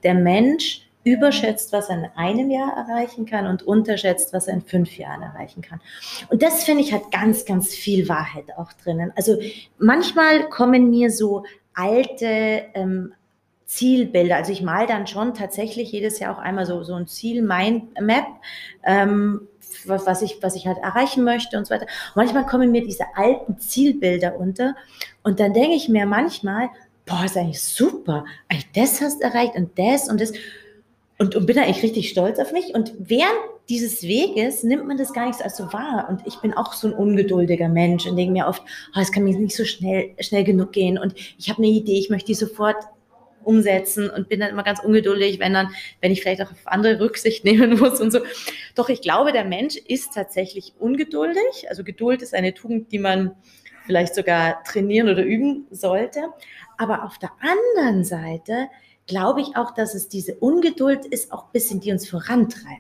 der Mensch überschätzt, was er in einem Jahr erreichen kann und unterschätzt, was er in 5 Jahren erreichen kann. Und das, finde ich, hat ganz, ganz viel Wahrheit auch drinnen. Also manchmal kommen mir so alte Zielbilder, also ich male dann schon tatsächlich jedes Jahr auch einmal so ein Ziel-Mind-Map, was ich halt erreichen möchte und so weiter. Manchmal kommen mir diese alten Zielbilder unter und dann denke ich mir manchmal, boah, ist eigentlich super, eigentlich das hast du erreicht und das und das. Und bin eigentlich richtig stolz auf mich. Und während dieses Weges nimmt man das gar nicht so wahr. Und ich bin auch so ein ungeduldiger Mensch und denke mir oft, es kann mir nicht so schnell genug gehen. Und ich habe eine Idee, ich möchte die sofort umsetzen und bin dann immer ganz ungeduldig, wenn ich vielleicht auch auf andere Rücksicht nehmen muss und so. Doch ich glaube, der Mensch ist tatsächlich ungeduldig. Also Geduld ist eine Tugend, die man vielleicht sogar trainieren oder üben sollte. Aber auf der anderen Seite glaube ich auch, dass es diese Ungeduld ist, auch ein bisschen, die uns vorantreibt.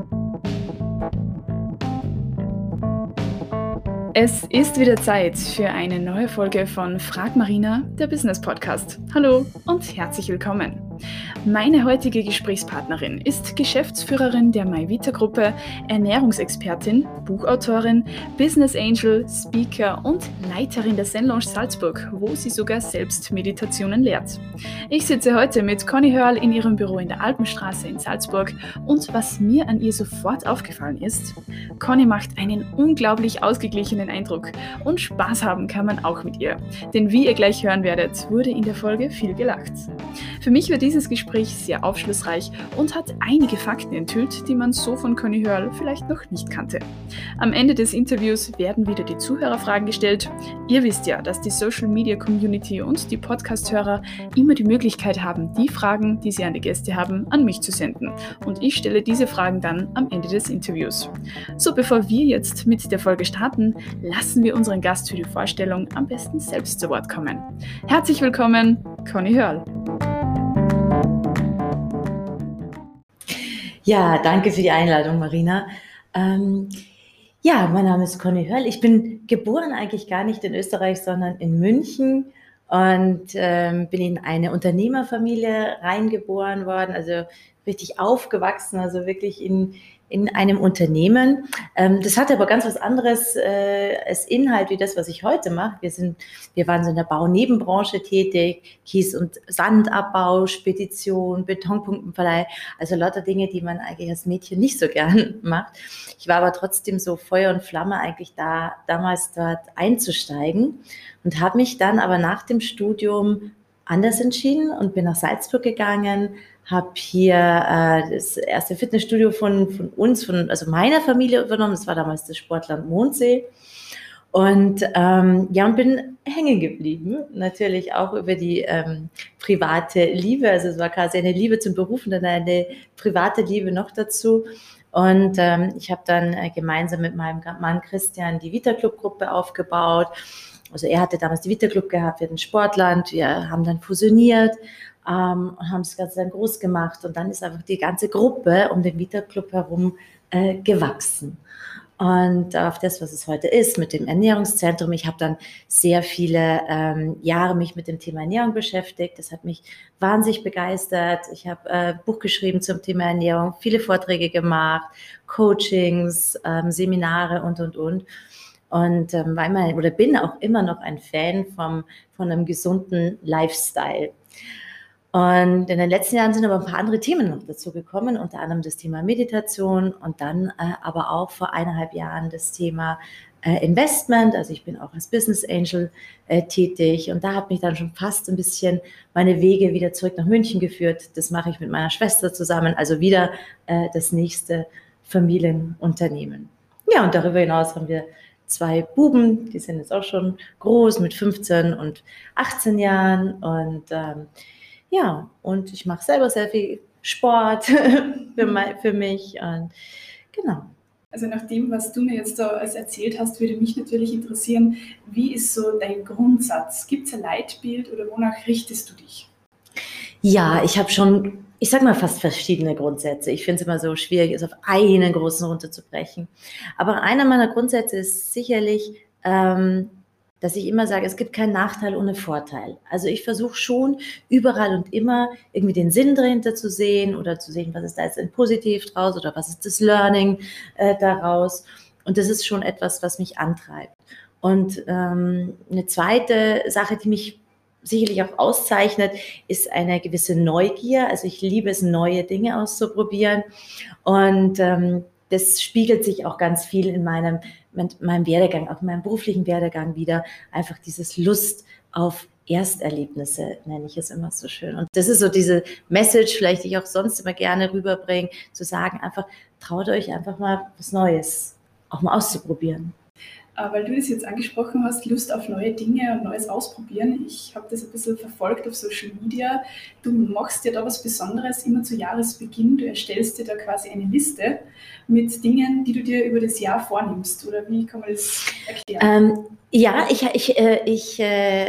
Es ist wieder Zeit für eine neue Folge von Frag Marina, der Business Podcast. Hallo und herzlich willkommen. Meine heutige Gesprächspartnerin ist Geschäftsführerin der MyVita-Gruppe, Ernährungsexpertin, Buchautorin, Business Angel, Speaker und Leiterin der Zen Lounge Salzburg, wo sie sogar selbst Meditationen lehrt. Ich sitze heute mit Conny Hörl in ihrem Büro in der Alpenstraße in Salzburg und was mir an ihr sofort aufgefallen ist, Conny macht einen unglaublich ausgeglichenen Eindruck und Spaß haben kann man auch mit ihr. Denn wie ihr gleich hören werdet, wurde in der Folge viel gelacht. Für mich war dieses Gespräch sehr aufschlussreich und hat einige Fakten enthüllt, die man so von Conny Hörl vielleicht noch nicht kannte. Am Ende des Interviews werden wieder die Zuhörerfragen gestellt. Ihr wisst ja, dass die Social Media Community und die Podcast-Hörer immer die Möglichkeit haben, die Fragen, die sie an die Gäste haben, an mich zu senden. Und ich stelle diese Fragen dann am Ende des Interviews. So, bevor wir jetzt mit der Folge starten, lassen wir unseren Gast für die Vorstellung am besten selbst zu Wort kommen. Herzlich willkommen, Conny Hörl. Ja, danke für die Einladung, Marina. Mein Name ist Conny Hörl. Ich bin geboren eigentlich gar nicht in Österreich, sondern in München und bin in eine Unternehmerfamilie reingeboren worden, also richtig aufgewachsen, also wirklich in einem Unternehmen. Das hatte aber ganz was anderes als Inhalt wie das, was ich heute mache. Wir waren so in der Baunebenbranche tätig, Kies- und Sandabbau, Spedition, Betonpumpenverleih, also lauter Dinge, die man eigentlich als Mädchen nicht so gern macht. Ich war aber trotzdem so Feuer und Flamme eigentlich damals dort einzusteigen und habe mich dann aber nach dem Studium anders entschieden und bin nach Salzburg gegangen, habe hier das erste Fitnessstudio von meiner Familie übernommen. Das war damals das Sportland Mondsee. Und und bin hängen geblieben. Natürlich auch über die private Liebe. Also es war quasi eine Liebe zum Beruf und dann eine private Liebe noch dazu. Und ich habe dann gemeinsam mit meinem Mann Christian die Vita-Club-Gruppe aufgebaut. Also er hatte damals die Vita-Club gehabt, wir hatten Sportland, wir haben dann fusioniert und haben das Ganze dann groß gemacht. Und dann ist einfach die ganze Gruppe um den Vita-Club herum gewachsen. Und auf das, was es heute ist, mit dem Ernährungszentrum. Ich habe dann sehr viele Jahre mich mit dem Thema Ernährung beschäftigt. Das hat mich wahnsinnig begeistert. Ich habe ein Buch geschrieben zum Thema Ernährung, viele Vorträge gemacht, Coachings, Seminare und. Und bin auch immer noch ein Fan von einem gesunden Lifestyle. Und in den letzten Jahren sind aber ein paar andere Themen noch dazu gekommen, unter anderem das Thema Meditation und dann aber auch vor 1,5 Jahren das Thema Investment. Also ich bin auch als Business Angel tätig und da hat mich dann schon fast ein bisschen meine Wege wieder zurück nach München geführt. Das mache ich mit meiner Schwester zusammen, also wieder das nächste Familienunternehmen. Ja, und darüber hinaus haben wir 2 Buben, die sind jetzt auch schon groß mit 15 und 18 Jahren und und ich mache selber sehr viel Sport für mich und genau. Also nach dem, was du mir jetzt da erzählt hast, würde mich natürlich interessieren, wie ist so dein Grundsatz? Gibt es ein Leitbild oder wonach richtest du dich? Ja, ich habe schon, ich sage mal fast verschiedene Grundsätze. Ich finde es immer so schwierig, es auf einen großen runterzubrechen. Aber einer meiner Grundsätze ist sicherlich, dass ich immer sage, es gibt keinen Nachteil ohne Vorteil. Also ich versuche schon überall und immer irgendwie den Sinn dahinter zu sehen oder zu sehen, was ist da jetzt ein Positiv draus oder was ist das Learning daraus. Und das ist schon etwas, was mich antreibt. Und eine zweite Sache, die mich sicherlich auch auszeichnet, ist eine gewisse Neugier. Also ich liebe es, neue Dinge auszuprobieren. Und das spiegelt sich auch ganz viel in meinem Werdegang, auch in meinem beruflichen Werdegang wieder. Einfach dieses Lust auf Ersterlebnisse, nenne ich es immer so schön. Und das ist so diese Message, vielleicht die ich auch sonst immer gerne rüberbringe, zu sagen, einfach traut euch einfach mal was Neues auch mal auszuprobieren. Weil du das jetzt angesprochen hast, Lust auf neue Dinge und Neues ausprobieren. Ich habe das ein bisschen verfolgt auf Social Media. Du machst ja da was Besonderes immer zu Jahresbeginn. Du erstellst dir da quasi eine Liste mit Dingen, die du dir über das Jahr vornimmst. Oder wie kann man das erklären? Ja, ich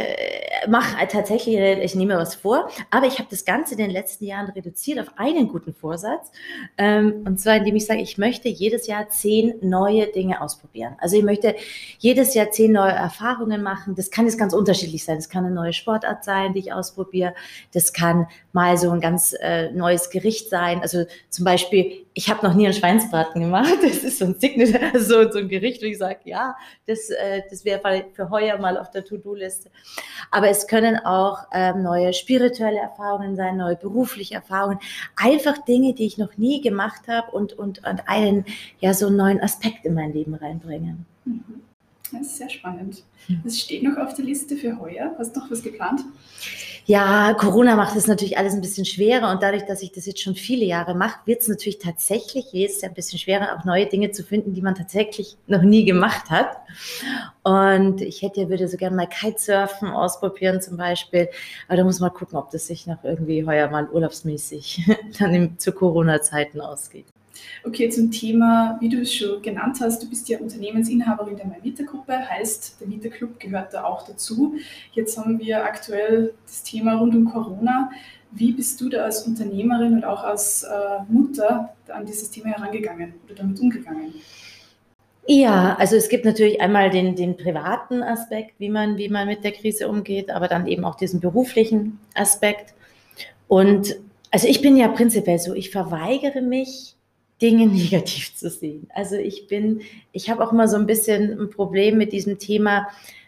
mache tatsächlich, ich nehme was vor, aber ich habe das Ganze in den letzten Jahren reduziert auf einen guten Vorsatz. Und zwar, indem ich sage, ich möchte jedes Jahr 10 neue Dinge ausprobieren. Also ich möchte jedes Jahr 10 neue Erfahrungen machen. Das kann jetzt ganz unterschiedlich sein. Das kann eine neue Sportart sein, die ich ausprobiere. Das kann mal so ein ganz neues Gericht sein. Also zum Beispiel, ich habe noch nie einen Schweinsbraten gemacht. Das ist so ein Signature, so ein Gericht, wo ich sage, ja, das wäre für heuer mal auf der To-Do-Liste. Aber es können auch neue spirituelle Erfahrungen sein, neue berufliche Erfahrungen. Einfach Dinge, die ich noch nie gemacht habe und einen, ja, so einen neuen Aspekt in mein Leben reinbringen. Das ist sehr spannend. Was steht noch auf der Liste für heuer? Hast du noch was geplant? Ja, Corona macht es natürlich alles ein bisschen schwerer und dadurch, dass ich das jetzt schon viele Jahre mache, wird es natürlich tatsächlich jedes Jahr ein bisschen schwerer, auch neue Dinge zu finden, die man tatsächlich noch nie gemacht hat. Und ich würde so gerne mal Kitesurfen ausprobieren zum Beispiel, aber da muss man gucken, ob das sich noch irgendwie heuer mal urlaubsmäßig dann zu Corona-Zeiten ausgeht. Okay, zum Thema, wie du es schon genannt hast, du bist ja Unternehmensinhaberin der MyVita-Gruppe, heißt, der Vita-Club gehört da auch dazu. Jetzt haben wir aktuell das Thema rund um Corona. Wie bist du da als Unternehmerin und auch als Mutter an dieses Thema herangegangen oder damit umgegangen? Ja, also es gibt natürlich einmal den privaten Aspekt, wie man mit der Krise umgeht, aber dann eben auch diesen beruflichen Aspekt. Und also ich bin ja prinzipiell so, ich verweigere mich, Dinge negativ zu sehen. Also ich habe auch immer so ein bisschen ein Problem mit diesem Thema,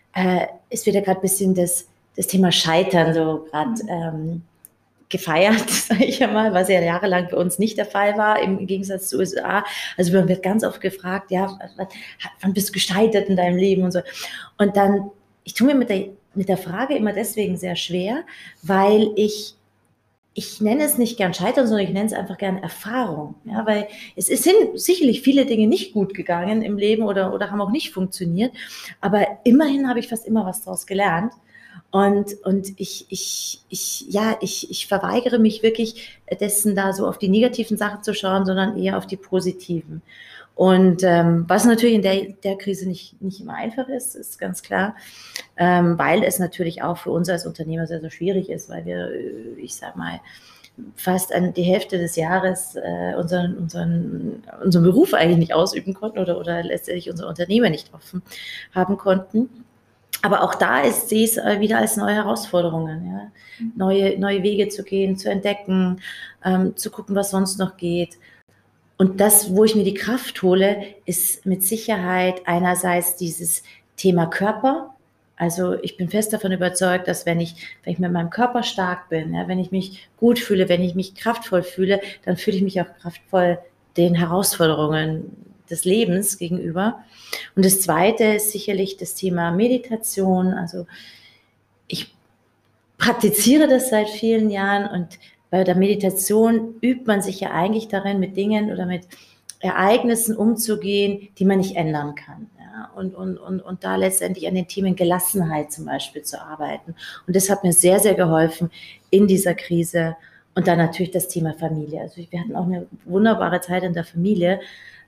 es wird ja gerade ein bisschen das Thema Scheitern so gerade gefeiert, sage ich ja mal, was ja jahrelang bei uns nicht der Fall war, im Gegensatz zu USA. Also man wird ganz oft gefragt, ja, wann bist du gescheitert in deinem Leben und so. Und dann, ich tue mir mit der Frage immer deswegen sehr schwer, weil ich nenne es nicht gern Scheitern, sondern ich nenne es einfach gern Erfahrung. Ja, weil sind sicherlich viele Dinge nicht gut gegangen im Leben oder haben auch nicht funktioniert, aber immerhin habe ich fast immer was daraus gelernt. Und ich verweigere mich wirklich dessen, da so auf die negativen Sachen zu schauen, sondern eher auf die positiven. Und was natürlich in der Krise nicht immer einfach ist ganz klar, weil es natürlich auch für uns als Unternehmer sehr, sehr schwierig ist, weil wir, ich sag mal, fast die Hälfte des Jahres unseren Beruf eigentlich nicht ausüben konnten oder letztendlich unser Unternehmen nicht offen haben konnten. Aber auch da sehe ich es wieder als neue Herausforderungen, ja? Neue Wege zu gehen, zu entdecken, zu gucken, was sonst noch geht. Und das, wo ich mir die Kraft hole, ist mit Sicherheit einerseits dieses Thema Körper. Also ich bin fest davon überzeugt, dass wenn ich mit meinem Körper stark bin, ja, wenn ich mich gut fühle, wenn ich mich kraftvoll fühle, dann fühle ich mich auch kraftvoll den Herausforderungen des Lebens gegenüber. Und das Zweite ist sicherlich das Thema Meditation. Also ich praktiziere das seit vielen Jahren und bei der Meditation übt man sich ja eigentlich darin, mit Dingen oder mit Ereignissen umzugehen, die man nicht ändern kann. Ja? Und da letztendlich an den Themen Gelassenheit zum Beispiel zu arbeiten. Und das hat mir sehr, sehr geholfen in dieser Krise. Und dann natürlich das Thema Familie. Also wir hatten auch eine wunderbare Zeit in der Familie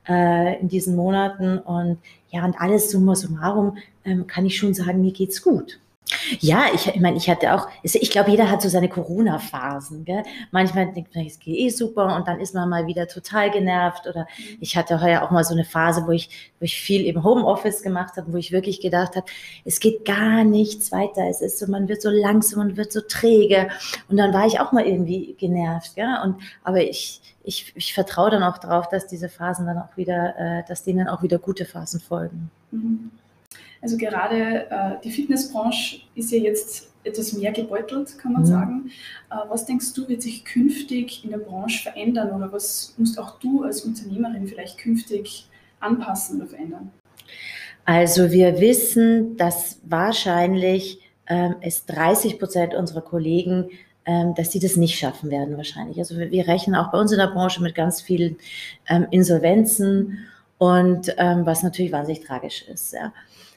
in diesen Monaten. Und ja, und alles summa summarum kann ich schon sagen, mir geht's gut. Ja, ich meine, ich hatte auch, ich glaube, jeder hat so seine Corona-Phasen, gell? Manchmal denkt man, es geht super und dann ist man mal wieder total genervt oder ich hatte heuer auch mal so eine Phase, wo ich viel im Homeoffice gemacht habe, wo ich wirklich gedacht habe, es geht gar nichts weiter, es ist so, man wird so langsam und wird so träge und dann war ich auch mal irgendwie genervt, gell? Aber ich vertraue dann auch darauf, dass diese Phasen dann auch wieder, dass denen auch wieder gute Phasen folgen. Mhm. Also gerade die Fitnessbranche ist ja jetzt etwas mehr gebeutelt, kann man sagen. Was denkst du, wird sich künftig in der Branche verändern oder was musst auch du als Unternehmerin vielleicht künftig anpassen oder verändern? Also wir wissen, dass wahrscheinlich es 30% unserer Kollegen, dass sie das nicht schaffen werden wahrscheinlich. Also wir rechnen auch bei uns in der Branche mit ganz vielen Insolvenzen und was natürlich wahnsinnig tragisch ist. Ja.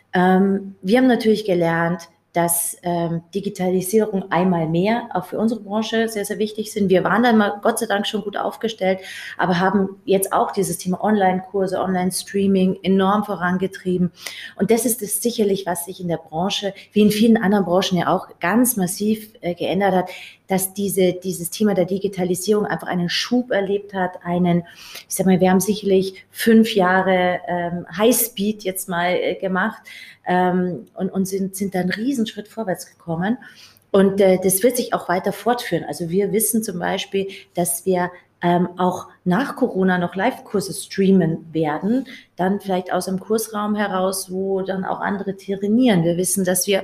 Wir haben natürlich gelernt, dass Digitalisierung einmal mehr auch für unsere Branche sehr, sehr wichtig sind. Wir waren da mal Gott sei Dank schon gut aufgestellt, aber haben jetzt auch dieses Thema Online-Kurse, Online-Streaming enorm vorangetrieben. Und das ist es sicherlich, was sich in der Branche, wie in vielen anderen Branchen ja auch ganz massiv geändert hat, dass dieses Thema der Digitalisierung einfach einen Schub erlebt hat, ich sag mal, wir haben sicherlich 5 Jahre Highspeed jetzt mal gemacht und sind dann einen Riesenschritt vorwärts gekommen. Und das wird sich auch weiter fortführen. Also wir wissen zum Beispiel, dass wir auch nach Corona noch Live-Kurse streamen werden, dann vielleicht aus dem Kursraum heraus, wo dann auch andere trainieren. Wir wissen, dass wir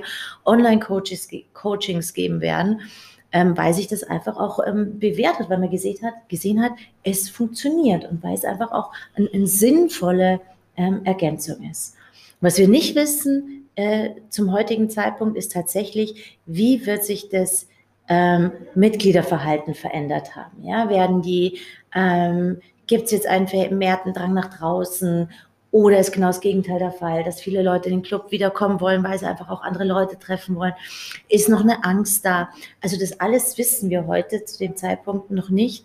Online-Coachings geben werden, weil sich das einfach auch bewährt hat, weil man gesehen hat, es funktioniert und weil es einfach auch eine sinnvolle Ergänzung ist. Was wir nicht wissen zum heutigen Zeitpunkt ist tatsächlich, wie wird sich das Mitgliederverhalten verändert haben. Ja? Gibt es jetzt einen vermehrten Drang nach draußen oder ist genau das Gegenteil der Fall, dass viele Leute in den Club wiederkommen wollen, weil sie einfach auch andere Leute treffen wollen? Ist noch eine Angst da? Also das alles wissen wir heute zu dem Zeitpunkt noch nicht.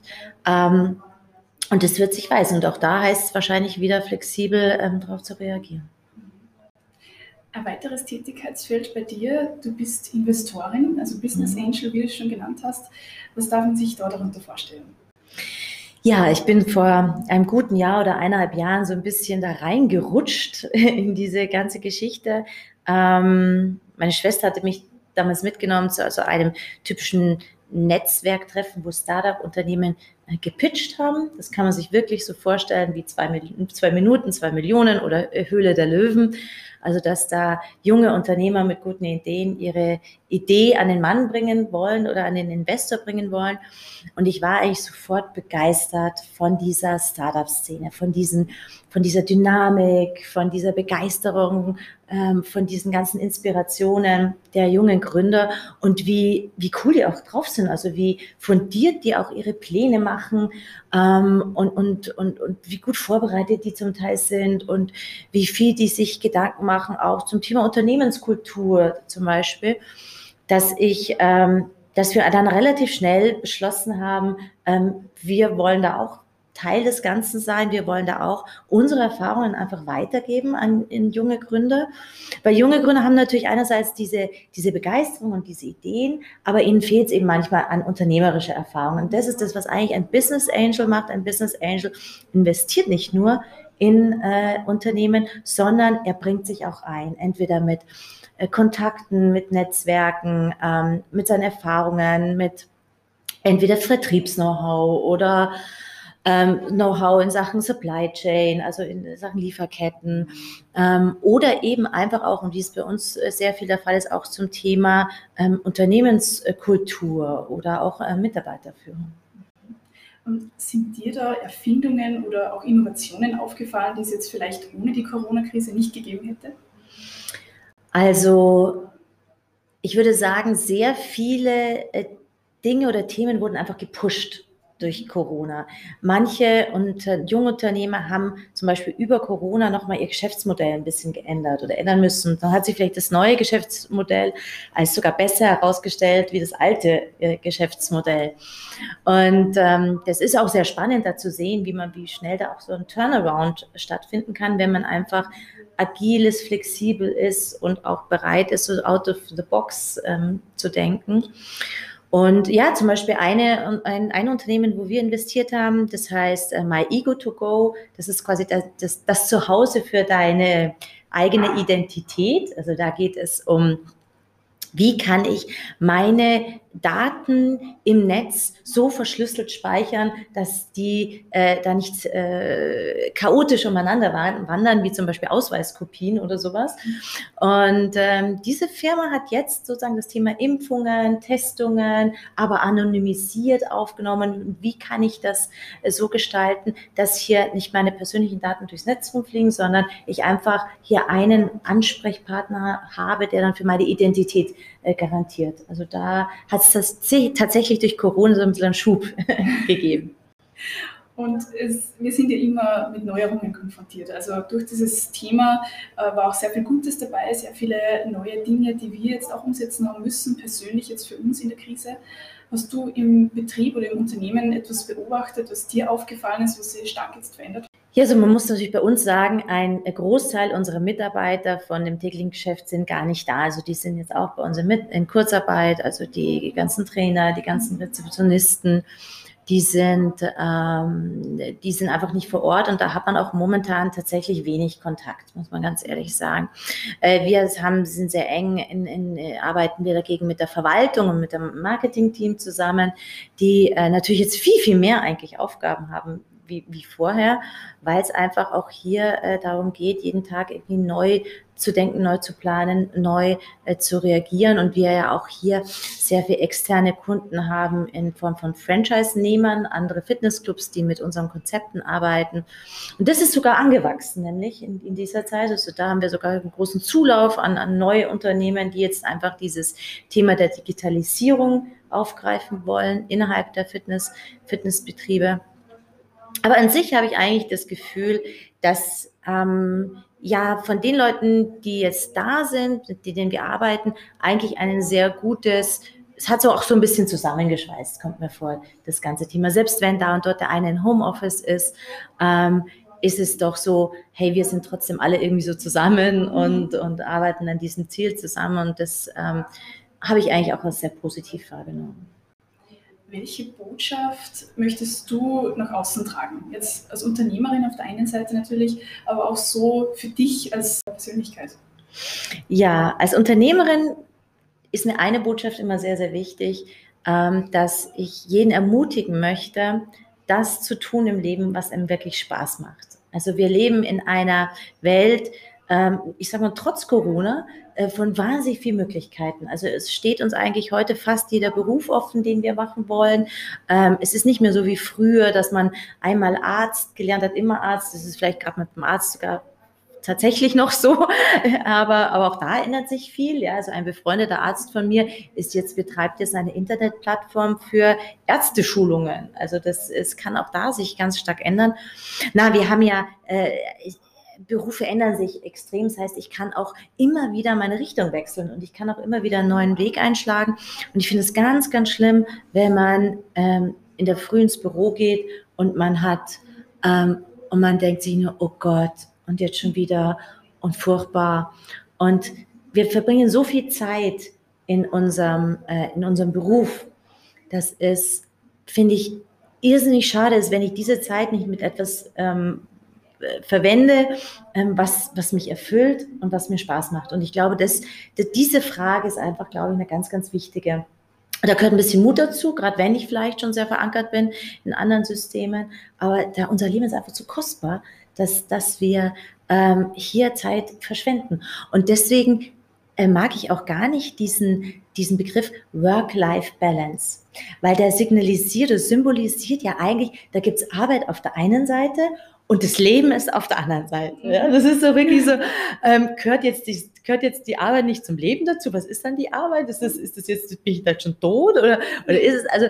Und das wird sich weisen. Und auch da heißt es wahrscheinlich wieder flexibel darauf zu reagieren. Ein weiteres Tätigkeitsfeld bei dir, du bist Investorin, also Business Angel, wie du es schon genannt hast. Was darf man sich da darunter vorstellen? Ja, ich bin vor einem guten Jahr oder 1,5 Jahren so ein bisschen da reingerutscht in diese ganze Geschichte. Meine Schwester hatte mich damals mitgenommen zu also einem typischen Netzwerktreffen, wo Startup-Unternehmen gepitcht haben. Das kann man sich wirklich so vorstellen wie 2 Minuten, 2 Millionen oder Höhle der Löwen. Also dass da junge Unternehmer mit guten Ideen ihre Idee an den Mann bringen wollen oder an den Investor bringen wollen. Und ich war eigentlich sofort begeistert von dieser Startup-Szene, von dieser Dynamik, von dieser Begeisterung, von diesen ganzen Inspirationen der jungen Gründer und wie cool die auch drauf sind, also wie fundiert die auch ihre Pläne machen und wie gut vorbereitet die zum Teil sind und wie viel die sich Gedanken machen, auch zum Thema Unternehmenskultur zum Beispiel, dass wir dann relativ schnell beschlossen haben, wir wollen da auch Teil des Ganzen sein. Wir wollen da auch unsere Erfahrungen einfach weitergeben in junge Gründer. Weil junge Gründer haben natürlich einerseits diese Begeisterung und diese Ideen, aber ihnen fehlt es eben manchmal an unternehmerischer Erfahrung. Und das ist das, was eigentlich ein Business Angel macht. Ein Business Angel investiert nicht nur in Unternehmen, sondern er bringt sich auch ein, entweder mit Kontakten, mit Netzwerken, mit seinen Erfahrungen, mit entweder Vertriebs-Know-how oder Know-how in Sachen Supply Chain, also in Sachen Lieferketten oder eben einfach auch, und wie es bei uns sehr viel der Fall ist, auch zum Thema Unternehmenskultur oder auch Mitarbeiterführung. Und sind dir da Erfindungen oder auch Innovationen aufgefallen, die es jetzt vielleicht ohne die Corona-Krise nicht gegeben hätte? Also ich würde sagen, sehr viele Dinge oder Themen wurden einfach gepusht durch Corona. Manche junge Unternehmer haben zum Beispiel über Corona nochmal ihr Geschäftsmodell ein bisschen geändert oder ändern müssen. Dann hat sich vielleicht das neue Geschäftsmodell als sogar besser herausgestellt wie das alte Geschäftsmodell. Und das ist auch sehr spannend, da zu sehen, wie schnell da auch so ein Turnaround stattfinden kann, wenn man einfach agil ist, flexibel ist und auch bereit ist, so out of the box zu denken. Und ja, zum Beispiel ein Unternehmen, wo wir investiert haben, das heißt My Ego to Go. Das ist quasi das Zuhause für deine eigene Identität. Also da geht es um, wie kann ich meine Daten im Netz so verschlüsselt speichern, dass die da nicht chaotisch umeinander wandern, wie zum Beispiel Ausweiskopien oder sowas. Und diese Firma hat jetzt sozusagen das Thema Impfungen, Testungen, aber anonymisiert aufgenommen. Wie kann ich das so gestalten, dass hier nicht meine persönlichen Daten durchs Netz rumfliegen, sondern ich einfach hier einen Ansprechpartner habe, der dann für meine Identität garantiert. Also da hat es das tatsächlich durch Corona so ein bisschen einen Schub gegeben. Und wir sind ja immer mit Neuerungen konfrontiert. Also durch dieses Thema war auch sehr viel Gutes dabei, sehr viele neue Dinge, die wir jetzt auch umsetzen haben müssen, persönlich jetzt für uns in der Krise. Hast du im Betrieb oder im Unternehmen etwas beobachtet, was dir aufgefallen ist, was sich stark jetzt verändert? Ja, also man muss natürlich bei uns sagen, ein Großteil unserer Mitarbeiter von dem täglichen Geschäft sind gar nicht da. Also die sind jetzt auch bei uns in Kurzarbeit, also die ganzen Trainer, die ganzen Rezeptionisten, die sind einfach nicht vor Ort und da hat man auch momentan tatsächlich wenig Kontakt, muss man ganz ehrlich sagen. Sind sehr eng, arbeiten wir dagegen mit der Verwaltung und mit dem Marketingteam zusammen, die natürlich jetzt viel, viel mehr eigentlich Aufgaben haben wie vorher, weil es einfach auch hier darum geht, jeden Tag irgendwie neu zu denken, neu zu planen, neu zu reagieren und wir ja auch hier sehr viele externe Kunden haben in Form von Franchise-Nehmern, andere Fitnessclubs, die mit unseren Konzepten arbeiten und das ist sogar angewachsen, nämlich in dieser Zeit, also da haben wir sogar einen großen Zulauf an neue Unternehmen, die jetzt einfach dieses Thema der Digitalisierung aufgreifen wollen innerhalb der Fitnessbetriebe. Aber an sich habe ich eigentlich das Gefühl, dass von den Leuten, die jetzt da sind, mit denen wir arbeiten, eigentlich es hat so auch so ein bisschen zusammengeschweißt, kommt mir vor, das ganze Thema. Selbst wenn da und dort der eine in Homeoffice ist es doch so, hey, wir sind trotzdem alle irgendwie so zusammen und arbeiten an diesem Ziel zusammen und das habe ich eigentlich auch als sehr positiv wahrgenommen. Welche Botschaft möchtest du nach außen tragen? Jetzt als Unternehmerin auf der einen Seite natürlich, aber auch so für dich als Persönlichkeit. Ja, als Unternehmerin ist mir eine Botschaft immer sehr, sehr wichtig, dass ich jeden ermutigen möchte, das zu tun im Leben, was einem wirklich Spaß macht. Also wir leben in einer Welt, ich sage mal, trotz Corona, von wahnsinnig vielen Möglichkeiten. Also es steht uns eigentlich heute fast jeder Beruf offen, den wir machen wollen. Es ist nicht mehr so wie früher, dass man einmal Arzt gelernt hat, immer Arzt. Das ist vielleicht gerade mit dem Arzt sogar tatsächlich noch so, aber auch da ändert sich viel. Ja, also ein befreundeter Arzt von mir betreibt jetzt eine Internetplattform für Ärzteschulungen. Also es kann auch da sich ganz stark ändern. Wir haben ja Berufe ändern sich extrem. Das heißt, ich kann auch immer wieder meine Richtung wechseln und ich kann auch immer wieder einen neuen Weg einschlagen. Und ich finde es ganz, ganz schlimm, wenn man in der Früh ins Büro geht und man denkt sich nur, oh Gott, und jetzt schon wieder und furchtbar. Und wir verbringen so viel Zeit in unserem Beruf, dass es, finde ich, irrsinnig schade ist, wenn ich diese Zeit nicht mit etwas verwende, was mich erfüllt und was mir Spaß macht. Und ich glaube, diese Frage ist einfach, glaube ich, eine ganz, ganz wichtige. Da gehört ein bisschen Mut dazu, gerade wenn ich vielleicht schon sehr verankert bin in anderen Systemen. Aber unser Leben ist einfach zu kostbar, dass wir hier Zeit verschwenden. Und deswegen mag ich auch gar nicht diesen Begriff Work-Life-Balance, weil der symbolisiert ja eigentlich, da gibt es Arbeit auf der einen Seite und das Leben ist auf der anderen Seite. Ja? Das ist so wirklich so, gehört jetzt die Arbeit nicht zum Leben dazu? Was ist dann die Arbeit? Ist das jetzt, bin ich da schon tot? Oder ist es, also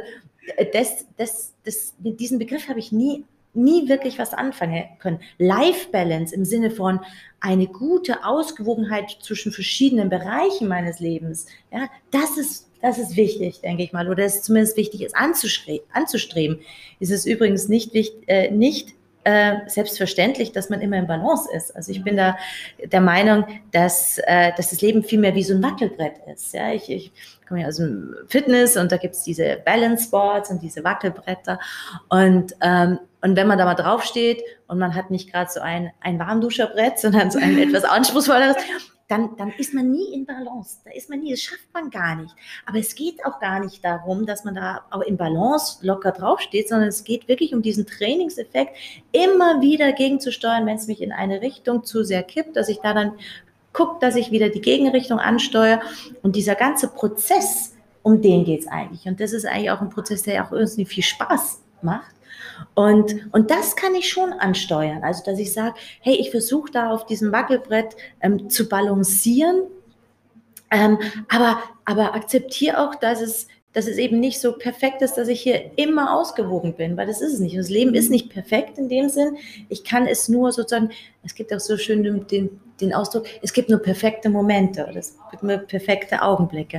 mit diesem Begriff habe ich nie wirklich was anfangen können. Life Balance im Sinne von eine gute Ausgewogenheit zwischen verschiedenen Bereichen meines Lebens, ja, das ist wichtig, denke ich mal, oder es ist zumindest wichtig, es anzustreben. Ist es übrigens nicht selbstverständlich, dass man immer im Balance ist. Also ich bin da der Meinung, dass das Leben viel mehr wie so ein Wackelbrett ist. Ja, ich komme ja aus dem Fitness und da gibt es diese Balance Boards und diese Wackelbretter und wenn man da mal draufsteht und man hat nicht gerade so ein Warmduscherbrett, sondern so ein etwas anspruchsvolleres, dann ist man nie in Balance. Da ist man nie, das schafft man gar nicht. Aber es geht auch gar nicht darum, dass man da auch in Balance locker draufsteht, sondern es geht wirklich um diesen Trainingseffekt, immer wieder gegenzusteuern, wenn es mich in eine Richtung zu sehr kippt, dass ich da dann gucke, dass ich wieder die Gegenrichtung ansteuere. Und dieser ganze Prozess, um den geht es eigentlich. Und das ist eigentlich auch ein Prozess, der auch irgendwie viel Spaß macht. Und das kann ich schon ansteuern. Also, dass ich sage, hey, ich versuche da auf diesem Wackelbrett zu balancieren, aber akzeptiere auch, dass es eben nicht so perfekt ist, dass ich hier immer ausgewogen bin, weil das ist es nicht. Und das Leben ist nicht perfekt in dem Sinn. Ich kann es nur sozusagen, es gibt auch so schön den Ausdruck, es gibt nur perfekte Momente oder es gibt nur perfekte Augenblicke.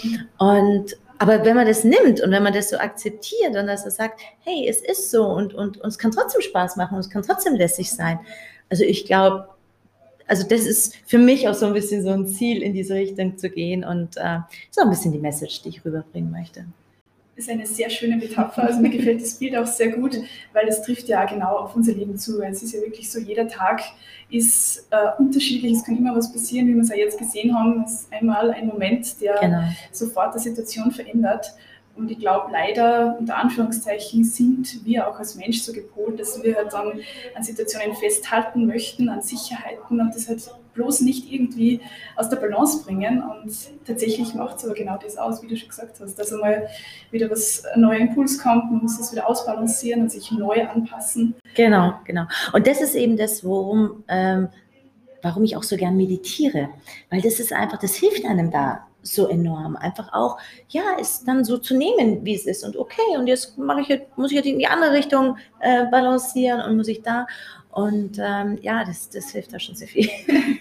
Aber wenn man das nimmt und wenn man das so akzeptiert und dass er sagt, hey, es ist so und es kann trotzdem Spaß machen und es kann trotzdem lässig sein. Also ich glaube, also das ist für mich auch so ein bisschen so ein Ziel, in diese Richtung zu gehen und so ein bisschen die Message, die ich rüberbringen möchte. Das ist eine sehr schöne Metapher, also mir gefällt das Bild auch sehr gut, weil es trifft ja genau auf unser Leben zu. Es ist ja wirklich so, jeder Tag ist unterschiedlich, es kann immer was passieren, wie wir es ja jetzt gesehen haben, es ist einmal ein Moment, der sofort die Situation verändert. Und ich glaube, leider, unter Anführungszeichen, sind wir auch als Mensch so gepolt, dass wir halt dann an Situationen festhalten möchten, an Sicherheiten und das halt bloß nicht irgendwie aus der Balance bringen. Und tatsächlich macht es aber genau das aus, wie du schon gesagt hast, dass einmal wieder ein neuer Impuls kommt, man muss das wieder ausbalancieren und sich neu anpassen. Genau. Und das ist eben das, warum ich auch so gern meditiere, weil das ist einfach, das hilft einem da so enorm, einfach auch, ja, es dann so zu nehmen, wie es ist und okay, und jetzt muss ich halt in die andere Richtung balancieren und muss ich da und ja, das hilft da schon sehr viel.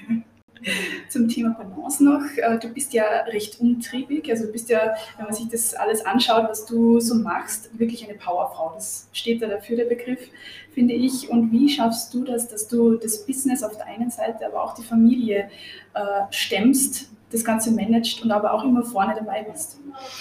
Zum Thema Balance noch, du bist ja recht umtriebig, also du bist ja, wenn man sich das alles anschaut, was du so machst, wirklich eine Powerfrau, das steht da dafür, der Begriff, finde ich. Und wie schaffst du das, dass du das Business auf der einen Seite, aber auch die Familie stemmst, das Ganze managst und aber auch immer vorne dabei bist?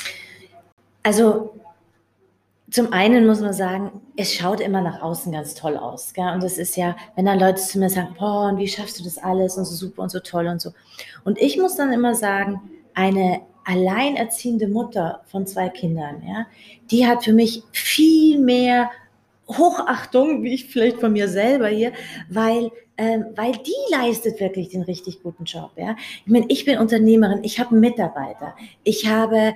Also zum einen muss man sagen, es schaut immer nach außen ganz toll aus. Gell? Und das ist ja, wenn dann Leute zu mir sagen, boah, und wie schaffst du das alles und so super und so toll und so. Und ich muss dann immer sagen, eine alleinerziehende Mutter von 2 Kindern, ja, die hat für mich viel mehr Hochachtung, wie ich vielleicht von mir selber hier, weil die leistet wirklich den richtig guten Job. Ja? Ich meine, ich bin Unternehmerin, ich habe einen Mitarbeiter, ich habe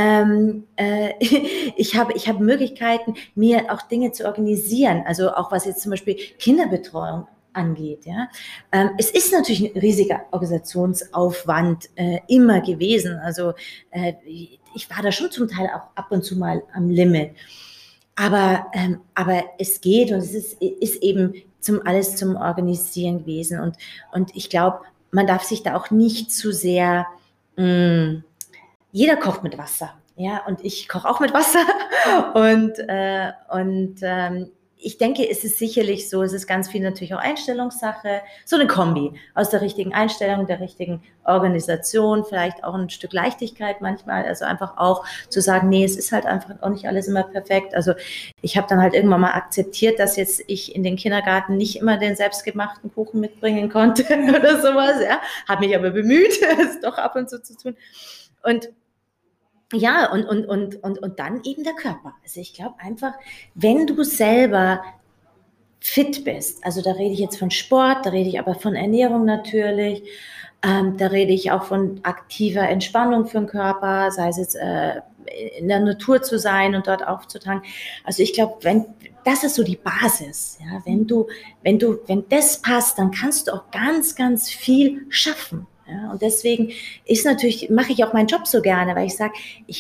Möglichkeiten, mir auch Dinge zu organisieren, also auch was jetzt zum Beispiel Kinderbetreuung angeht. Ja? Es ist natürlich ein riesiger Organisationsaufwand immer gewesen. Also ich war da schon zum Teil auch ab und zu mal am Limit. Aber es geht und es ist eben alles zum Organisieren gewesen. Und ich glaube, man darf sich da auch nicht zu sehr, jeder kocht mit Wasser. Ja, und ich koche auch mit Wasser. Und ich denke, es ist sicherlich so, es ist ganz viel natürlich auch Einstellungssache, so eine Kombi aus der richtigen Einstellung, der richtigen Organisation, vielleicht auch ein Stück Leichtigkeit manchmal, also einfach auch zu sagen, nee, es ist halt einfach auch nicht alles immer perfekt. Also ich habe dann halt irgendwann mal akzeptiert, dass jetzt ich in den Kindergarten nicht immer den selbstgemachten Kuchen mitbringen konnte oder sowas, ja, habe mich aber bemüht, es doch ab und zu tun. Und ja, und dann eben der Körper. Also ich glaube einfach, wenn du selber fit bist, also da rede ich jetzt von Sport, da rede ich aber von Ernährung natürlich, da rede ich auch von aktiver Entspannung für den Körper, sei es jetzt in der Natur zu sein und dort aufzutanken. Also ich glaube, das ist so die Basis. Ja? Wenn das passt, dann kannst du auch ganz, ganz viel schaffen. Ja, und deswegen mache ich auch meinen Job so gerne, weil ich sage,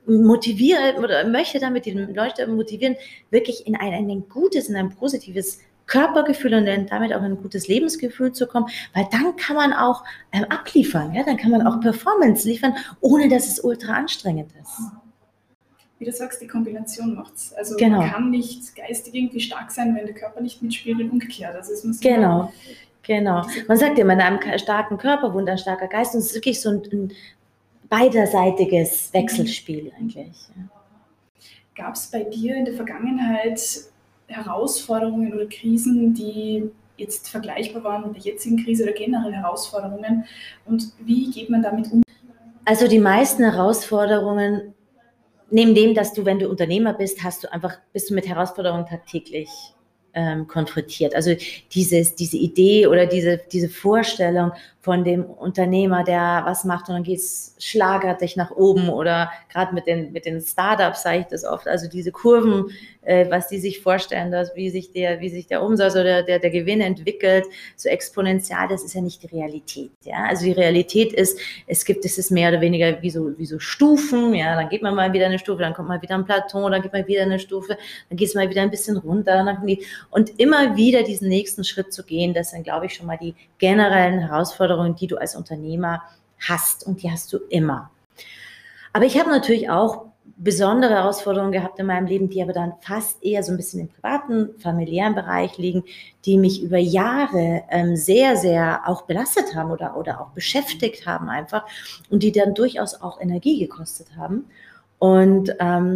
motiviere oder möchte damit die Leute motivieren, wirklich in ein gutes, in ein positives Körpergefühl und damit auch ein gutes Lebensgefühl zu kommen, weil dann kann man auch abliefern, ja? Dann kann man auch Performance liefern, ohne dass es ultra anstrengend ist. Wie du sagst, die Kombination macht's. Also Genau. Man kann nicht geistig irgendwie stark sein, wenn der Körper nicht mitspielt und umgekehrt. Also es muss Genau. Man sagt ja immer, in einem starken Körper wohnt ein starker Geist und es ist wirklich so ein beiderseitiges Wechselspiel eigentlich. Ja. Gab es bei dir in der Vergangenheit Herausforderungen oder Krisen, die jetzt vergleichbar waren mit der jetzigen Krise oder generell Herausforderungen? Und wie geht man damit um? Also die meisten Herausforderungen, neben dem, dass du, wenn du Unternehmer bist, bist du mit Herausforderungen tagtäglich konfrontiert. Also diese Idee oder diese Vorstellung von dem Unternehmer, der was macht und dann geht's schlagartig nach oben, oder gerade mit den Startups sage ich das oft, also diese Kurven, was die sich vorstellen, wie sich der Umsatz oder der Gewinn entwickelt, so exponentiell, das ist ja nicht die Realität. Ja? Also die Realität ist, es ist mehr oder weniger wie so Stufen, ja, dann geht man mal wieder eine Stufe, dann kommt mal wieder ein Plateau, dann geht man wieder eine Stufe, dann geht es mal wieder ein bisschen runter, und immer wieder diesen nächsten Schritt zu gehen, das sind, glaube ich, schon mal die generellen Herausforderungen, die du als Unternehmer hast, und die hast du immer. Aber ich habe natürlich auch besondere Herausforderungen gehabt in meinem Leben, die aber dann fast eher so ein bisschen im privaten, familiären Bereich liegen, die mich über Jahre sehr, sehr auch belastet haben oder auch beschäftigt haben einfach, und die dann durchaus auch Energie gekostet haben. Und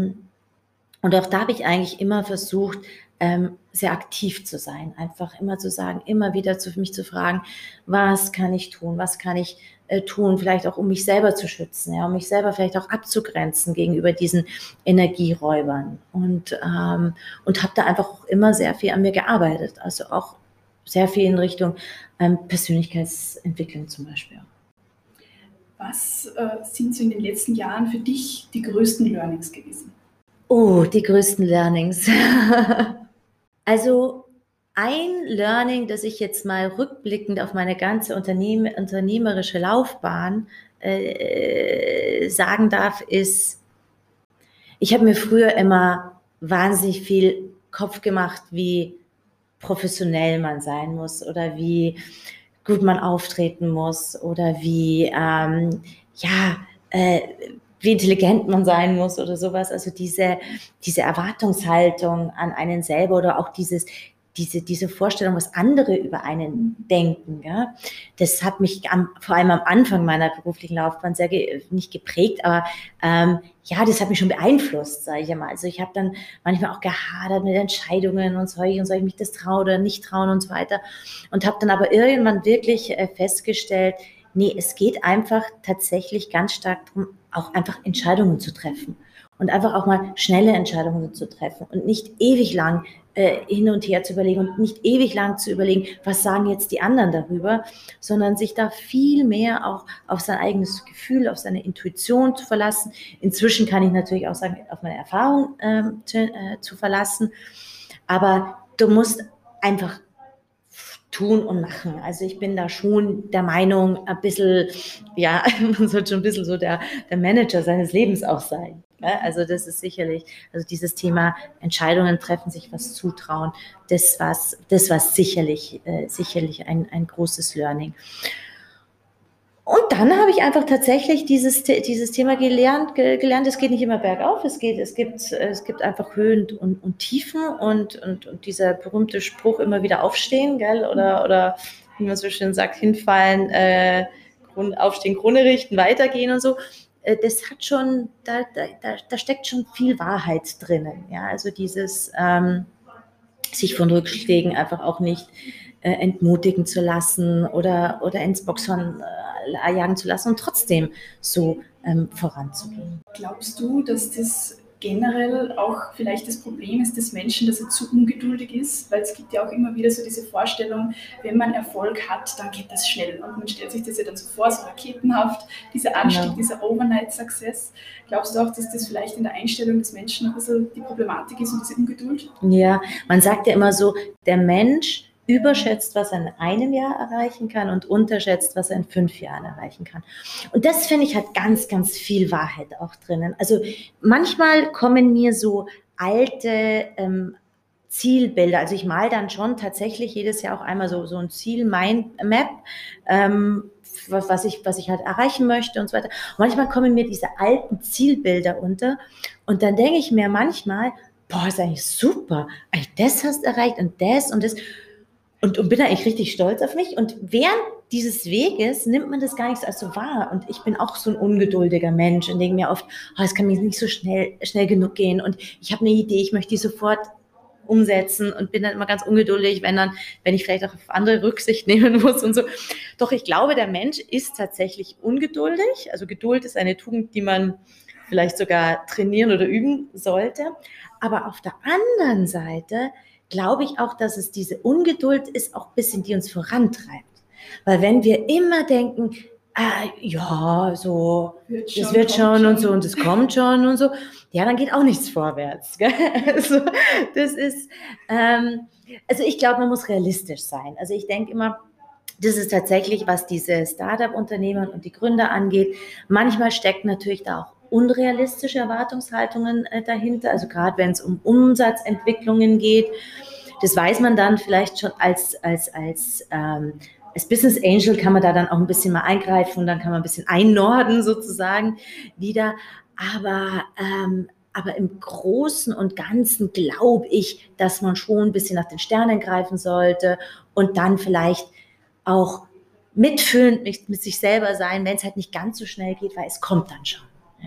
auch da habe ich eigentlich immer versucht, sehr aktiv zu sein, einfach immer zu sagen, immer wieder mich zu fragen, was kann ich tun, tun, vielleicht auch um mich selber zu schützen, ja, um mich selber vielleicht auch abzugrenzen gegenüber diesen Energieräubern, und habe da einfach auch immer sehr viel an mir gearbeitet, also auch sehr viel in Richtung Persönlichkeitsentwicklung zum Beispiel. Was sind so in den letzten Jahren für dich die größten Learnings gewesen? Oh, die größten Learnings. Also ein Learning, das ich jetzt mal rückblickend auf meine ganze unternehmerische Laufbahn sagen darf, ist, ich habe mir früher immer wahnsinnig viel Kopf gemacht, wie professionell man sein muss oder wie gut man auftreten muss oder wie intelligent man sein muss oder sowas. Also diese Erwartungshaltung an einen selber oder auch diese Vorstellung, was andere über einen denken, ja, das hat mich vor allem am Anfang meiner beruflichen Laufbahn nicht geprägt, aber das hat mich schon beeinflusst, sage ich einmal. Also ich habe dann manchmal auch gehadert mit Entscheidungen und soll ich mich das trauen oder nicht trauen und so weiter, und habe dann aber irgendwann wirklich festgestellt, nee, es geht einfach tatsächlich ganz stark darum, auch einfach Entscheidungen zu treffen und einfach auch mal schnelle Entscheidungen zu treffen und nicht ewig lang hin und her zu überlegen und nicht ewig lang zu überlegen, was sagen jetzt die anderen darüber, sondern sich da viel mehr auch auf sein eigenes Gefühl, auf seine Intuition zu verlassen. Inzwischen kann ich natürlich auch sagen, auf meine Erfahrung zu verlassen, aber du musst einfach tun und machen. Also ich bin da schon der Meinung, ein bisschen, ja, man sollte schon ein bisschen so der Manager seines Lebens auch sein. Ja? Also das ist sicherlich, also dieses Thema Entscheidungen treffen, sich was zutrauen, das war sicherlich ein großes Learning. Und dann habe ich einfach tatsächlich dieses Thema gelernt, es geht nicht immer bergauf, es gibt einfach Höhen und Tiefen und dieser berühmte Spruch, immer wieder aufstehen, gell? Oder wie man so schön sagt, hinfallen, aufstehen, Krone richten, weitergehen und so. Das hat schon, da steckt schon viel Wahrheit drinnen, ja, also dieses sich von Rückschlägen einfach auch nicht entmutigen zu lassen oder ins Boxhorn jagen zu lassen und trotzdem so voranzugehen. Glaubst du, dass das generell auch vielleicht das Problem ist des Menschen, dass er zu ungeduldig ist? Weil es gibt ja auch immer wieder so diese Vorstellung, wenn man Erfolg hat, dann geht das schnell. Und man stellt sich das ja dann so vor, so raketenhaft, dieser Anstieg, dieser Overnight-Success. Glaubst du auch, dass das vielleicht in der Einstellung des Menschen ein bisschen die Problematik ist und diese Ungeduld? Ja, man sagt ja immer so, der Mensch überschätzt, was er in einem Jahr erreichen kann und unterschätzt, was er in 5 Jahren erreichen kann. Und das, finde ich, hat ganz, ganz viel Wahrheit auch drinnen. Also manchmal kommen mir so alte Zielbilder, also ich male dann schon tatsächlich jedes Jahr auch einmal so ein Ziel-Mindmap, was ich halt erreichen möchte und so weiter. Und manchmal kommen mir diese alten Zielbilder unter und dann denke ich mir manchmal, boah, ist eigentlich super, das hast du erreicht und das und das. Und bin da eigentlich richtig stolz auf mich. Und während dieses Weges nimmt man das gar nicht als so wahr. Und ich bin auch so ein ungeduldiger Mensch und denke mir oft, oh, es kann mir nicht so schnell genug gehen. Und ich habe eine Idee, ich möchte die sofort umsetzen und bin dann immer ganz ungeduldig, wenn ich vielleicht auch auf andere Rücksicht nehmen muss und so. Doch ich glaube, der Mensch ist tatsächlich ungeduldig. Also Geduld ist eine Tugend, die man vielleicht sogar trainieren oder üben sollte. Aber auf der anderen Seite glaube ich auch, dass es diese Ungeduld ist, auch ein bisschen, die uns vorantreibt. Weil wenn wir immer denken, ja, so, das wird schon und so und es kommt schon und so, ja, dann geht auch nichts vorwärts. Gell? Also, das ist, also ich glaube, man muss realistisch sein. Also ich denke immer, das ist tatsächlich, was diese Startup-Unternehmer und die Gründer angeht. Manchmal steckt natürlich da auch unrealistische Erwartungshaltungen dahinter. Also gerade wenn es um Umsatzentwicklungen geht, das weiß man dann vielleicht schon als Business Angel kann man da dann auch ein bisschen mal eingreifen und dann kann man ein bisschen einnorden sozusagen wieder. Aber im Großen und Ganzen glaube ich, dass man schon ein bisschen nach den Sternen greifen sollte und dann vielleicht auch mitfühlend mit sich selber sein, wenn es halt nicht ganz so schnell geht, weil es kommt dann schon. Ja.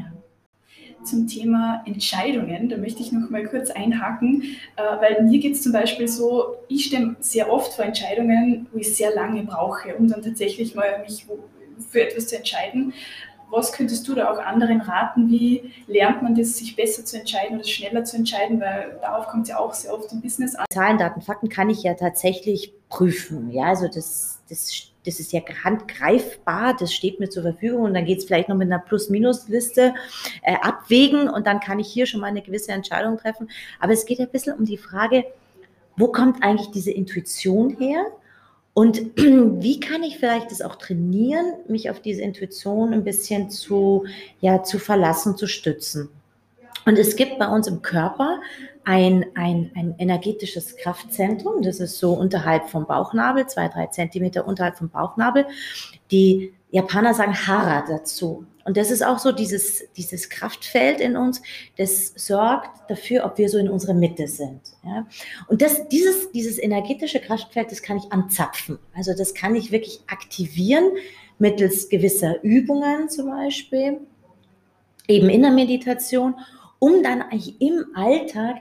Zum Thema Entscheidungen, da möchte ich noch mal kurz einhaken, weil mir geht es zum Beispiel so, ich stehe sehr oft vor Entscheidungen, wo ich sehr lange brauche, um dann tatsächlich mal mich für etwas zu entscheiden. Was könntest du da auch anderen raten? Wie lernt man das, sich besser zu entscheiden oder schneller zu entscheiden? Weil darauf kommt es ja auch sehr oft im Business an. Zahlen, Daten, Fakten kann ich ja tatsächlich prüfen. Ja, also das ist ja handgreifbar, das steht mir zur Verfügung und dann geht es vielleicht noch mit einer Plus-Minus-Liste abwägen und dann kann ich hier schon mal eine gewisse Entscheidung treffen. Aber es geht ein bisschen um die Frage, wo kommt eigentlich diese Intuition her? Und wie kann ich vielleicht das auch trainieren, mich auf diese Intuition ein bisschen zu verlassen, zu stützen? Und es gibt bei uns im Körper ein energetisches Kraftzentrum, das ist so unterhalb vom Bauchnabel, 2-3 Zentimeter unterhalb vom Bauchnabel. Die Japaner sagen Hara dazu. Und das ist auch so dieses Kraftfeld in uns, das sorgt dafür, ob wir so in unserer Mitte sind. Ja? Und dieses energetische Kraftfeld, das kann ich anzapfen. Also das kann ich wirklich aktivieren mittels gewisser Übungen zum Beispiel, eben in der Meditation, um dann eigentlich im Alltag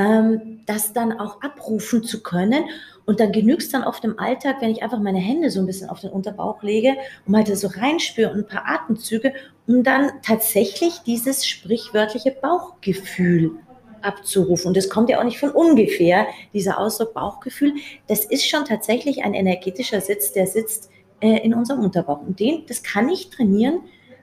das dann auch abrufen zu können. Und dann genügt es dann oft im Alltag, wenn ich einfach meine Hände so ein bisschen auf den Unterbauch lege und mal da so reinspüre und ein paar Atemzüge, um dann tatsächlich dieses sprichwörtliche Bauchgefühl abzurufen. Und das kommt ja auch nicht von ungefähr, dieser Ausdruck Bauchgefühl. Das ist schon tatsächlich ein energetischer Sitz, der sitzt in unserem Unterbauch. Und das kann ich trainieren,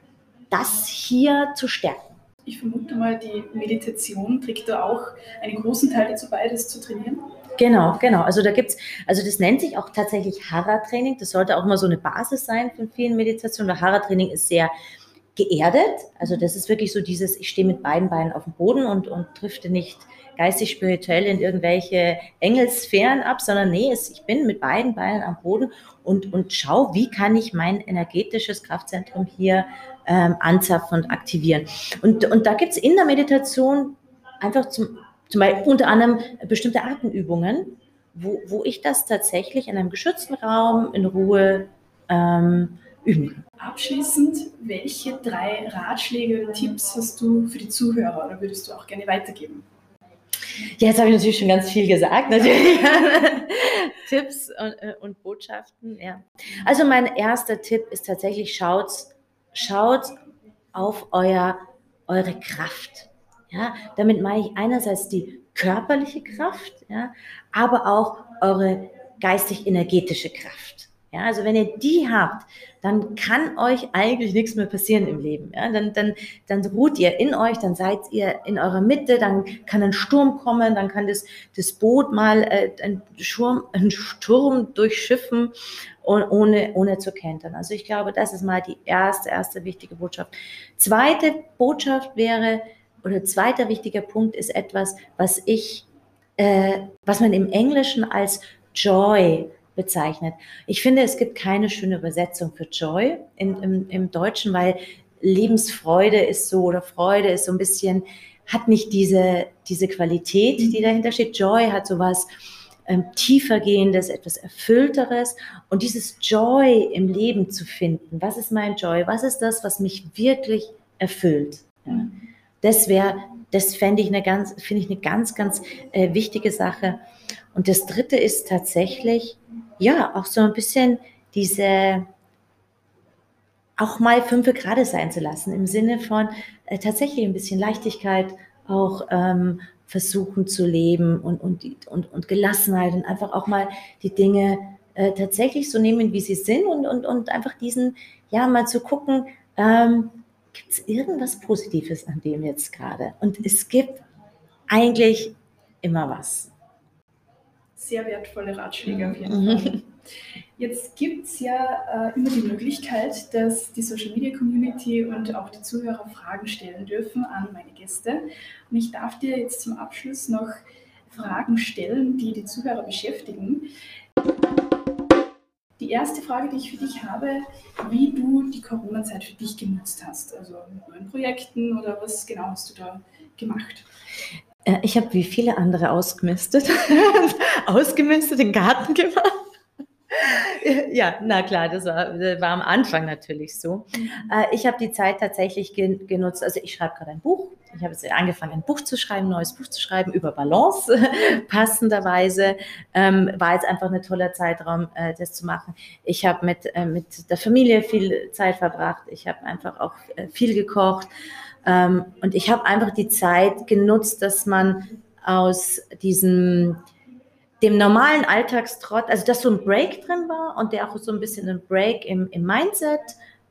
das hier zu stärken. Ich vermute mal, die Meditation trägt da auch einen großen Teil dazu bei, das zu trainieren. Genau. Also das nennt sich auch tatsächlich Hara-Training. Das sollte auch mal so eine Basis sein von vielen Meditationen. Weil Hara-Training ist sehr geerdet. Also das ist wirklich so dieses, ich stehe mit beiden Beinen auf dem Boden und drifte nicht geistig, spirituell in irgendwelche Engelsphären ab, sondern ich bin mit beiden Beinen am Boden und schaue, wie kann ich mein energetisches Kraftzentrum hier anzapfen und aktivieren. Und da gibt es in der Meditation einfach zum Beispiel unter anderem bestimmte Atemübungen, wo ich das tatsächlich in einem geschützten Raum in Ruhe üben kann. Abschließend, welche 3 Ratschläge oder Tipps hast du für die Zuhörer oder würdest du auch gerne weitergeben? Ja, jetzt habe ich natürlich schon ganz viel gesagt, natürlich. Tipps und Botschaften, ja. Also mein erster Tipp ist tatsächlich, schaut auf eure Kraft. Ja, damit meine ich einerseits die körperliche Kraft, ja, aber auch eure geistig-energetische Kraft. Ja, also wenn ihr die habt, dann kann euch eigentlich nichts mehr passieren im Leben. Ja, dann ruht ihr in euch, dann seid ihr in eurer Mitte, dann kann ein Sturm kommen, dann kann das Boot mal einen Sturm durchschiffen, ohne zu kentern. Also ich glaube, das ist mal die erste wichtige Botschaft. Zweite Botschaft wäre, oder zweiter wichtiger Punkt ist etwas, was man im Englischen als Joy bezeichnet. Ich finde, es gibt keine schöne Übersetzung für Joy im Deutschen, weil Lebensfreude ist so, oder Freude ist so ein bisschen, hat nicht diese Qualität, die dahinter steht. Joy hat sowas tiefergehendes, etwas Erfüllteres. Und dieses Joy im Leben zu finden, was ist mein Joy? Was ist das, was mich wirklich erfüllt? Ja. Das finde ich eine ganz wichtige Sache. Und das Dritte ist tatsächlich, ja, auch so ein bisschen auch mal 5 Grad sein zu lassen, im Sinne von tatsächlich ein bisschen Leichtigkeit auch versuchen zu leben und Gelassenheit und einfach auch mal die Dinge tatsächlich so nehmen, wie sie sind und einfach mal zu gucken, gibt es irgendwas Positives an dem jetzt gerade? Und es gibt eigentlich immer was. Sehr wertvolle Ratschläge auf jeden Fall. Jetzt gibt es ja immer die Möglichkeit, dass die Social Media Community und auch die Zuhörer Fragen stellen dürfen an meine Gäste. Und ich darf dir jetzt zum Abschluss noch Fragen stellen, die die Zuhörer beschäftigen. Die erste Frage, die ich für dich habe, wie du die Corona-Zeit für dich genutzt hast. Also mit neuen Projekten oder was genau hast du da gemacht? Ich habe wie viele andere ausgemistet, den Garten gemacht. Ja, na klar, das war am Anfang natürlich so. Ich habe die Zeit tatsächlich genutzt, also ich schreibe gerade ein Buch. Ich habe jetzt angefangen, ein neues Buch zu schreiben über Balance, passenderweise. War jetzt einfach ein toller Zeitraum, das zu machen. Ich habe mit der Familie viel Zeit verbracht. Ich habe einfach auch viel gekocht. Und ich habe einfach die Zeit genutzt, dass man aus dem normalen Alltagstrott, also dass so ein Break drin war und der auch so ein bisschen ein Break im Mindset,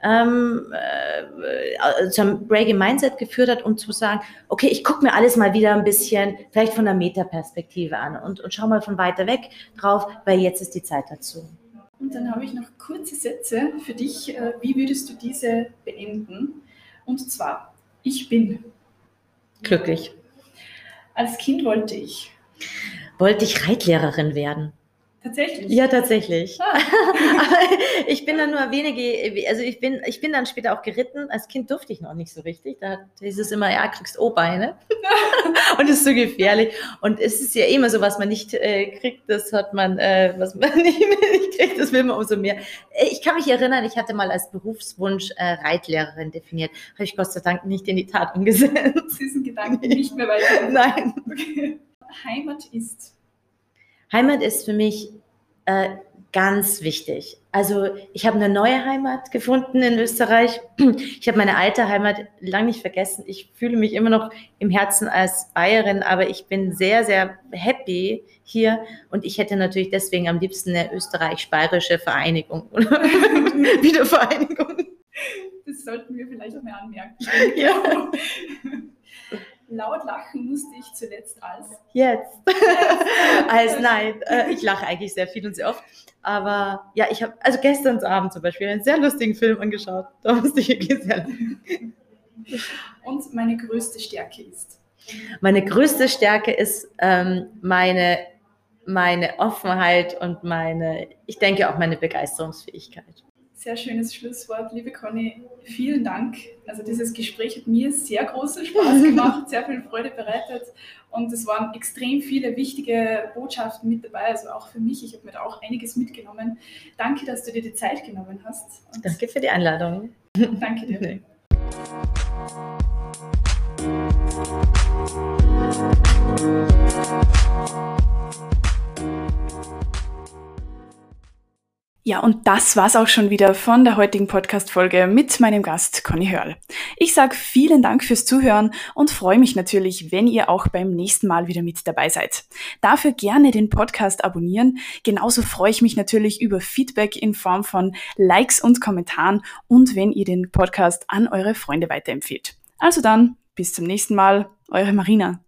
zu einem Break im Mindset geführt hat, um zu sagen, okay, ich gucke mir alles mal wieder ein bisschen, vielleicht von der Metaperspektive an und schau mal von weiter weg drauf, weil jetzt ist die Zeit dazu. Und dann habe ich noch kurze Sätze für dich. Wie würdest du diese beenden? Und zwar, ich bin glücklich. Als Kind wollte ich Reitlehrerin werden. Tatsächlich? Ja, tatsächlich. Aber ich bin dann nur also ich bin dann später auch geritten. Als Kind durfte ich noch nicht so richtig. Da hieß es immer, ja, kriegst O-Beine. Und das ist so gefährlich. Und es ist ja immer so, was man nicht kriegt, das hat man, was man nicht kriegt, das will man umso mehr. Ich kann mich erinnern, ich hatte mal als Berufswunsch Reitlehrerin definiert. Habe ich Gott sei Dank nicht in die Tat umgesetzt. Diesen Gedanken nicht mehr weiter. Nein. Okay. Heimat ist für mich ganz wichtig. Also ich habe eine neue Heimat gefunden in Österreich. Ich habe meine alte Heimat lange nicht vergessen. Ich fühle mich immer noch im Herzen als Bayerin, aber ich bin sehr, sehr happy hier und ich hätte natürlich deswegen am liebsten eine österreich-bayerische Vereinigung oder Wiedervereinigung. Das sollten wir vielleicht mal anmerken. Ja. Laut lachen musste ich zuletzt Jetzt. Nein, ich lache eigentlich sehr viel und sehr oft. Aber ja, ich habe, also gestern Abend zum Beispiel, einen sehr lustigen Film angeschaut. Da musste ich wirklich sehr lachen. Und meine größte Stärke ist? Meine größte Stärke ist meine Offenheit und ich denke auch meine Begeisterungsfähigkeit. Sehr schönes Schlusswort, liebe Conny. Vielen Dank. Also dieses Gespräch hat mir sehr großen Spaß gemacht, sehr viel Freude bereitet und es waren extrem viele wichtige Botschaften mit dabei, also auch für mich. Ich habe mir da auch einiges mitgenommen. Danke, dass du dir die Zeit genommen hast. Und danke für die Einladung. Danke dir. Nee. Ja, und das war's auch schon wieder von der heutigen Podcast-Folge mit meinem Gast Conny Hörl. Ich sage vielen Dank fürs Zuhören und freue mich natürlich, wenn ihr auch beim nächsten Mal wieder mit dabei seid. Dafür gerne den Podcast abonnieren. Genauso freue ich mich natürlich über Feedback in Form von Likes und Kommentaren und wenn ihr den Podcast an eure Freunde weiterempfehlt. Also dann, bis zum nächsten Mal, eure Marina.